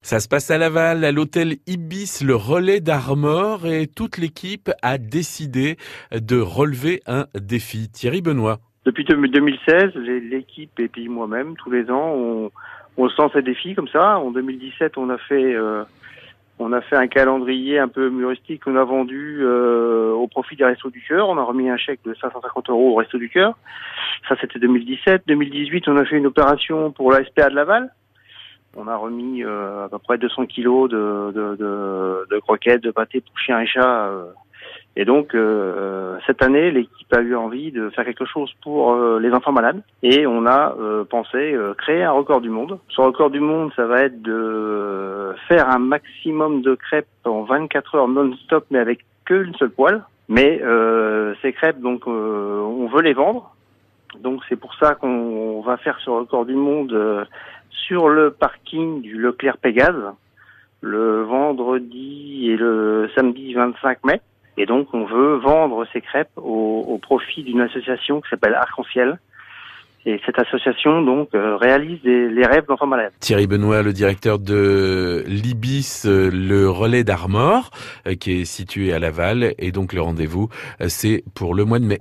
Ça se passe à Laval, à l'hôtel Ibis, le relais d'Armor, et toute l'équipe a décidé de relever un défi. Thierry Benoît. Depuis 2016, l'équipe et puis moi-même, tous les ans, on se lance ces défis comme ça. En 2017, on a fait un calendrier un peu humoristique qu'on a vendu au profit des Restos du Cœur. On a remis un chèque de 550 € aux Restos du Cœur. Ça, c'était 2017. 2018, on a fait une opération pour la SPA de Laval. On a remis à peu près 200 kilos de croquettes, de pâtés pour chiens et chats. Et donc, cette année, l'équipe a eu envie de faire quelque chose pour les enfants malades. Et on a pensé créer un record du monde. Ce record du monde, ça va être de faire un maximum de crêpes en 24 heures non-stop, mais avec qu'une seule poêle. Mais ces crêpes, donc, on veut les vendre. Donc, c'est pour ça qu'on va faire ce record du monde sur le parking du Leclerc Pégase le vendredi et le samedi 25 mai. Et donc, on veut vendre ces crêpes au profit d'une association qui s'appelle Arc-en-Ciel. Et cette association, donc, réalise les rêves d'enfants malades. Thierry Benoît, le directeur de l'Ibis, le relais d'Armor, qui est situé à Laval. Et donc, le rendez-vous, c'est pour le mois de mai.